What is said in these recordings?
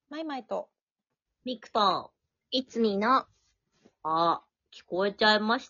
マイマイと、 ミクと、 いつみの、 聞こえちゃいました？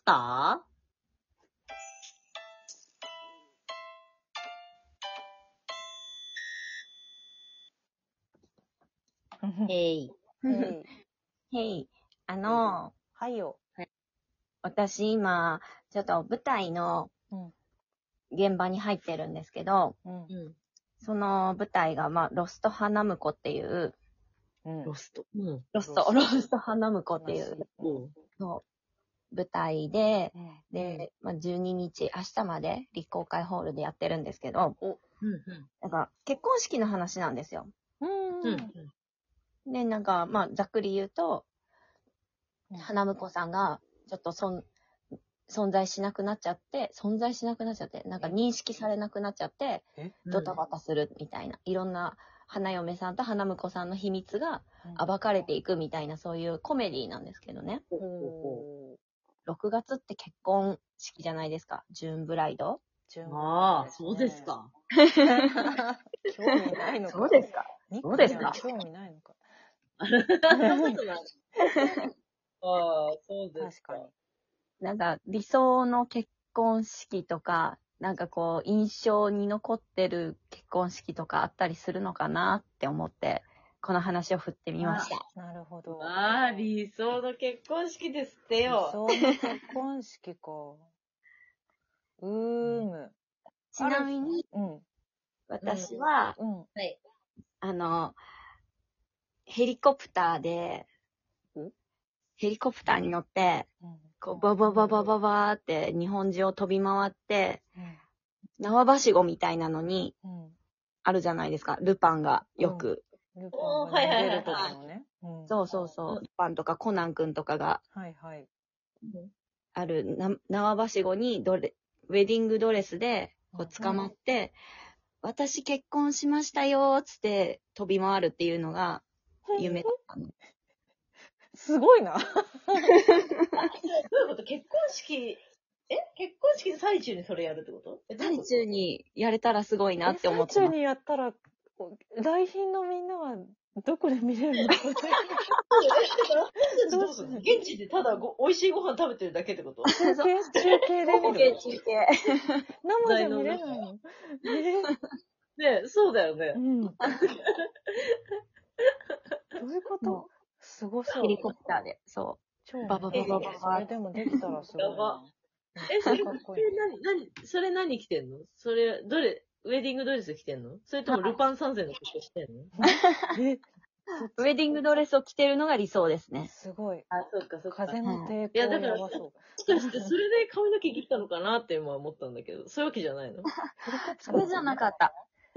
へい。へい。 はいよ。 私今、ちょっと舞台の現場に入ってるんですけど、その舞台が、ロスト花婿っていう、 ロスト。 ロスト花婿っていう、舞台で、12日、明日まで立公会ホールでやってるんですけど、なんか結婚式の話なんですよ。で、ざっくり言うと、花婿さんが、ちょっと存在しなくなっちゃって、なんか認識されなくなっちゃって、ドタバタするみたいな、いろんな花嫁さんと花婿さんの秘密が暴かれていくみたいな、そういうコメディなんですけどね。6月って結婚式じゃないですか。ジューンブライド。 そうですか。 興味ないのか。 そうですか。 そうですか。興味ないのか。 そうですか。 確かに。 なんか理想の結婚式とか、なんかこう印象に残ってる結婚式とかあったりするのかなって思って、この話を振ってみました。 なるほど。 理想の結婚式ですってよ。 理想の結婚式か。 ちなみに、私は、ヘリコプターに乗って、こうババババババーって日本中を飛び回って、縄ばしごみたいなのに、あるじゃないですか。ルパンがよく。 ルパンが逃げるときのね。 そう。ルパンとかコナン君とかが、ある縄ばしごにウェディングドレスでこう捕まって、私結婚しましたよーつって飛び回るっていうのが夢だったの。 すごいな。 どういうこと？結婚式の最中にそれやるってこと？ 最中にやれたらすごいなって思ってます。 最中にやったら、来賓のみんなはどこで見れるのかね。 どうするの？現地でただ美味しいご飯食べてるだけってこと？ 中継で見る。 中継。 生じゃ見れないの。 ね、そうだよね。 どういうこと？すごそう。 ヘリコプターで、そう。 超ババババババ。 それでもできたらすごいな。 それ何着てんの？それ、ウェディングドレス着てんの？それともルパン三世の格好してんの？ ウェディングドレスを着てるのが理想ですね。 すごい。 そっか。 風の抵抗いや、だから、 やばそう。 もしかしてそれで髪の毛切ったのかなって今思ったんだけど、そういうわけじゃないの？ それじゃなかった。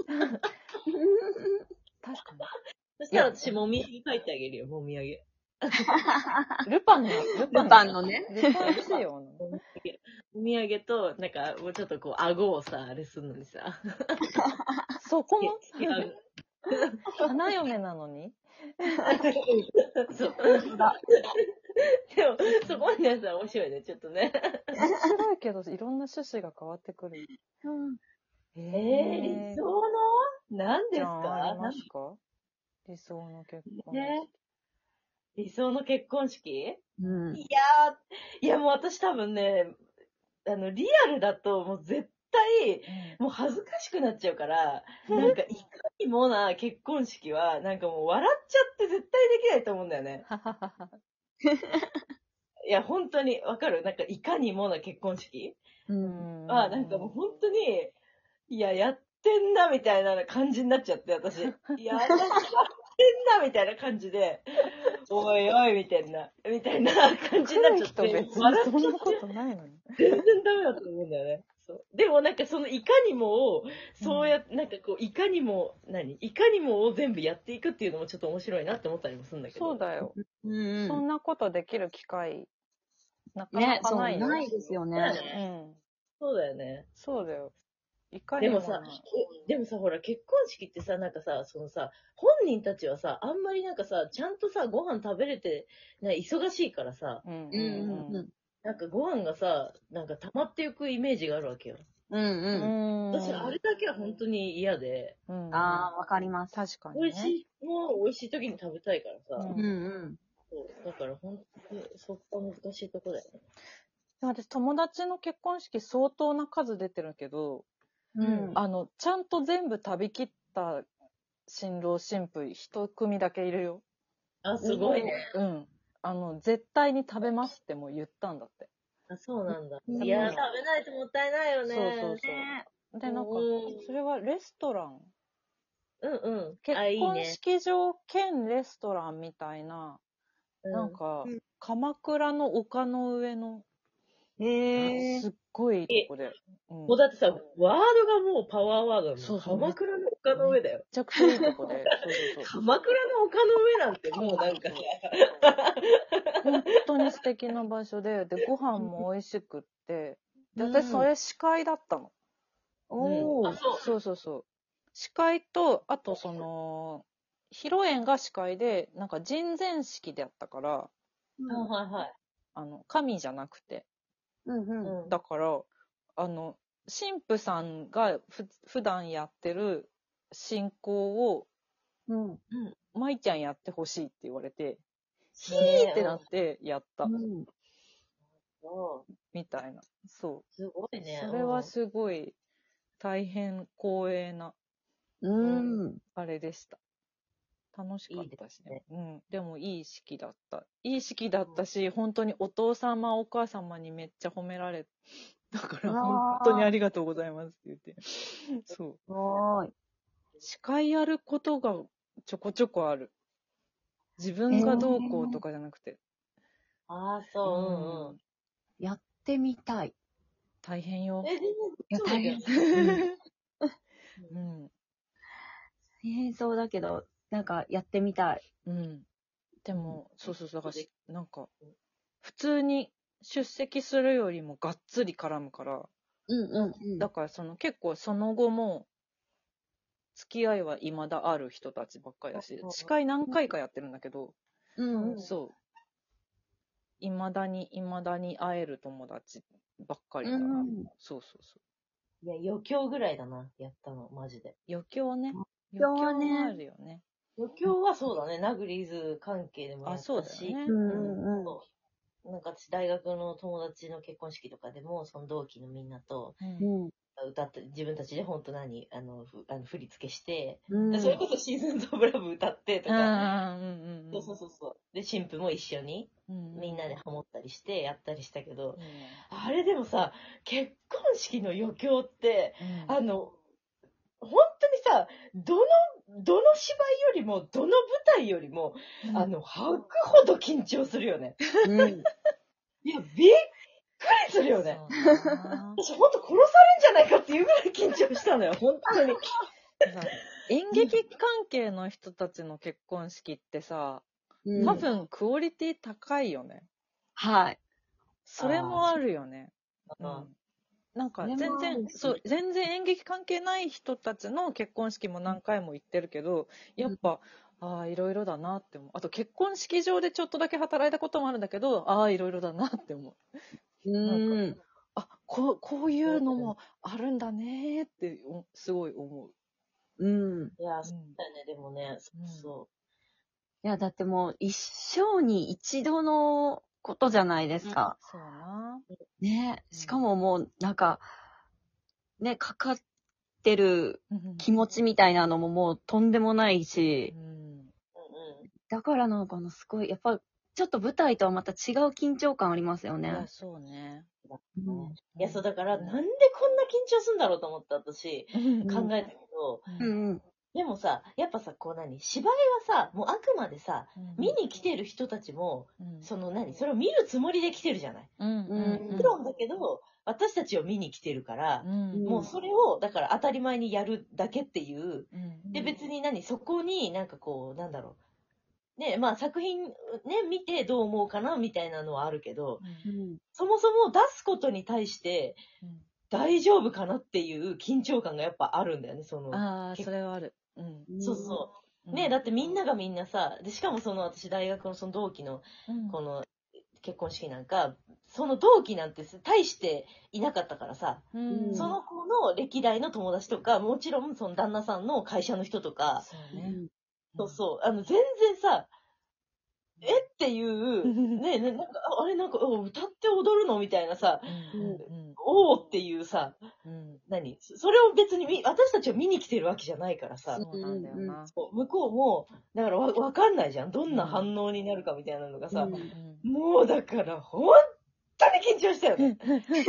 確かに。 そしたら私、もみあげ書いてあげるよ、もみあげ。 ルパンのね。ルパンですよ。 もみあげと、なんか、もうちょっとこう、顎をさ、あれするのにさ。 そこも花嫁なのにそう。でも、そこまでやったら面白いね、ちょっとね。 面白いけど、いろんな趣旨が変わってくる。 理想の何ですか？ ありますか？理想の結婚式。 理想の結婚式？いや、もう私多分ね、リアルだともう絶対、もう恥ずかしくなっちゃうから、なんかいかにもな結婚式は、なんかもう笑っちゃって絶対できないと思うんだよね。いや、本当に、わかる？なんかいかにもな結婚式なんかもう本当に、いや、やってんな、みたいな感じになっちゃって、私。いや、やってんな、みたいな感じで、おいおい、みたいな感じになっちゃって。 別にそんなことないのに。 全然ダメだと思うんだよね。そう。でもなんかそのいかにもを、そうやって、なんかこう、いかにもを全部やっていくっていうのもちょっと面白いなって思ったりもするんだけど。 そうだよ。そんなことできる機会、なかなかないよ。 ないですよね。 そうだよね。 そうだよ。 でもさ、ほら、結婚式ってさ、なんかさ、そのさ、本人たちはさ、あんまりなんかさ、ちゃんとさ、ご飯食べれて、忙しいからさ、なんかご飯がさ、なんか溜まっていくイメージがあるわけよ。私、あれだけは本当に嫌で。 わかります。 確かに、 美味しいごも美味しい時に食べたいからさ。 うんうん。 そうだから本当にそこは難しいとこだよね。 私、友達の結婚式相当な数出てるけど、ちゃんと全部食べきった新郎新婦一組だけいるよ。 あ、すごいね。 うん。絶対に食べますってもう言ったんだって。 あ、そうなんだ。いや、食べないともったいないよね。 そうそうそう。で、なんか、それはレストラン。 うんうん。 結婚式場兼レストランみたいな、なんか、鎌倉の丘の上の、すっごいとこで。 もうだってさ、ワードがもうパワーワードだもん。そうそう。鎌倉の丘の上だよ。 めちゃくちゃいいとこで。そう。 鎌倉の丘の上なんてもうなんか本当に素敵な場所で、ご飯も美味しくって、で、私それ司会だったの。そう。司会と、あと披露宴が司会で、なんか人前式でやったから、 はい。 神じゃなくて。だから、神父さんが普段やってる進行を、舞ちゃんやってほしいって言われて、ヒーってなってやった。みたいな。そう。 すごいね。 それはすごい大変光栄な、あれでした。楽しかったしね。でもいい式だった。いい式だったし、本当にお父様、お母様にめっちゃ褒められたから本当にありがとうございますって言って。そう。司会やることがちょこちょこある。自分がどうこうとかじゃなくて。 ああ、そう。 やってみたい。 大変よ。 いや、大変。大変そうだけど、なんかやってみたい。 でも、そう、だから、なんか、普通に出席するよりもがっつり絡むから、だから結構その後も、付き合いは未だある人たちばっかりだし、司会何回かやってるんだけど、そう。未だに会える友達ばっかりだな。そう。 いや、余興ぐらいだな、やったの、マジで。 余興ね。余興もあるよね。 余興はそうだね、ナグリーズ関係でもやったし、なんか私大学の友達の結婚式とかでも、その同期のみんなと、歌って、自分たちで本当振り付けして、それこそシーズンズ・オブ・ラブ歌ってとか、そう。で、新婦も一緒に、みんなでハモったりしてやったりしたけど、あれでもさ、結婚式の余興って、本当にさ、どの芝居よりも、どの舞台よりも、吐くほど緊張するよね。いや、びっくりするよね。私本当殺されんじゃないかっていうぐらい緊張したのよ、本当に。 演劇関係の人たちの結婚式ってさ、多分クオリティ高いよね。 はい。 それもあるよね。なんか全然演劇関係ない人たちの結婚式も何回も行ってるけど、やっぱ、いろいろだなって思う。あと結婚式場でちょっとだけ働いたこともあるんだけど、いろいろだなって思う。なんか、こういうのもあるんだねってすごい思う。 いや、そうだよね、でもね、そう。 いや、だってもう一生に一度のことじゃないですか。 そうな。 ね、しかももうなんか、ね、かかってる気持ちみたいなのももうとんでもないし、だからなのかな、すごい、やっぱちょっと舞台とはまた違う緊張感ありますよね。 いや、そうね。 いや、そう、だから、なんでこんな緊張するんだろうと思った私、考えたけど、でもさ、やっぱさ、芝居はさ、もうあくまでさ、見に来てる人たちも、それを見るつもりで来てるじゃない。もちろんだけど、私たちを見に来てるから、もうそれを、だから当たり前にやるだけっていう、で、別にそこになんかこう、なんだろう。ね、まあ作品ね、見てどう思うかなみたいなのはあるけど、そもそも出すことに対して、大丈夫かなっていう緊張感がやっぱあるんだよね、それはある。 そうそう。ね、だってみんながみんなさ、で、しかも私大学のその同期の、この結婚式なんか、その同期なんて大していなかったからさ、その子の歴代の友達とか、もちろんその旦那さんの会社の人とか、 そうそう。全然さ、っていう、ね、なんか、あれなんか、歌って踊るのみたいなさ、おーっていうさ、何それを別に私たちを見に来てるわけじゃないからさ、 そうなんだよな。 向こうも、だからわかんないじゃん。どんな反応になるかみたいなのがさ、もうだから本当に緊張したよね。殺されるん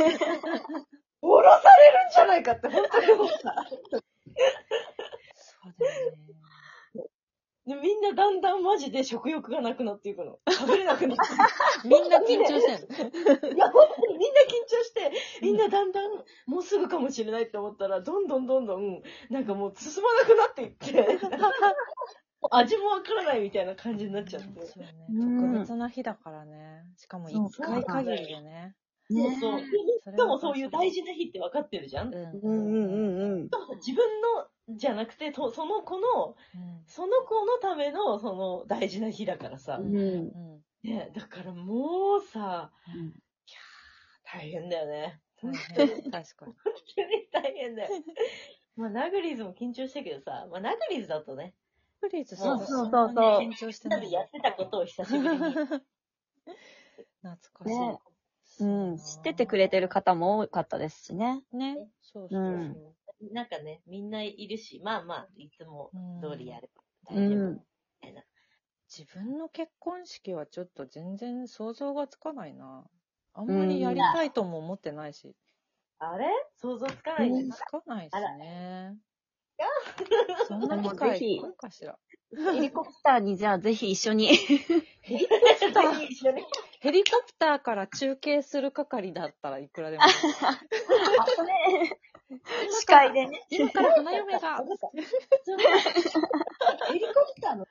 じゃないかって本当に思った。 そうだよね。 でみんなだんだんマジで食欲がなくなっていくの。食べれなくなってみんな緊張してんの。 いや、本当にみんな緊張して、みんなだんだんもうすぐかもしれないって思ったら、どんどん、なんかもう進まなくなっていって、味もわからないみたいな感じになっちゃって。 そうね。特別な日だからね。しかも一回限りでね。 そうそう。しかもそういう大事な日って分かってるじゃん。自分のじゃなくて、その子のためのその大事な日だからさ。ね、だからもうさ、いや大変だよね。 大変。確かに。 本当に大変だよ。まあ、ナグリーズも緊張したけどさ、まあ、ナグリーズだとね。 ナグリーズそう緊張してない。 みんなでやってたことを久しぶりに。 懐かしい。 ね。知っててくれてる方も多かったですしね。 ね。そうそう。 なんかね、みんないるし、まあまあ、いつも通りやれば大丈夫みたいな。 自分の結婚式はちょっと全然想像がつかないな。あんまりやりたいとも思ってないし。 あれ想像つかないんですか？つかないですね。そんな機会あるかしら。 ヘリコプターにじゃあぜひ一緒に。 ヘリコプターから中継する係だったらいくらでも。 司会でね。 今から花嫁が。 ヘリコプターの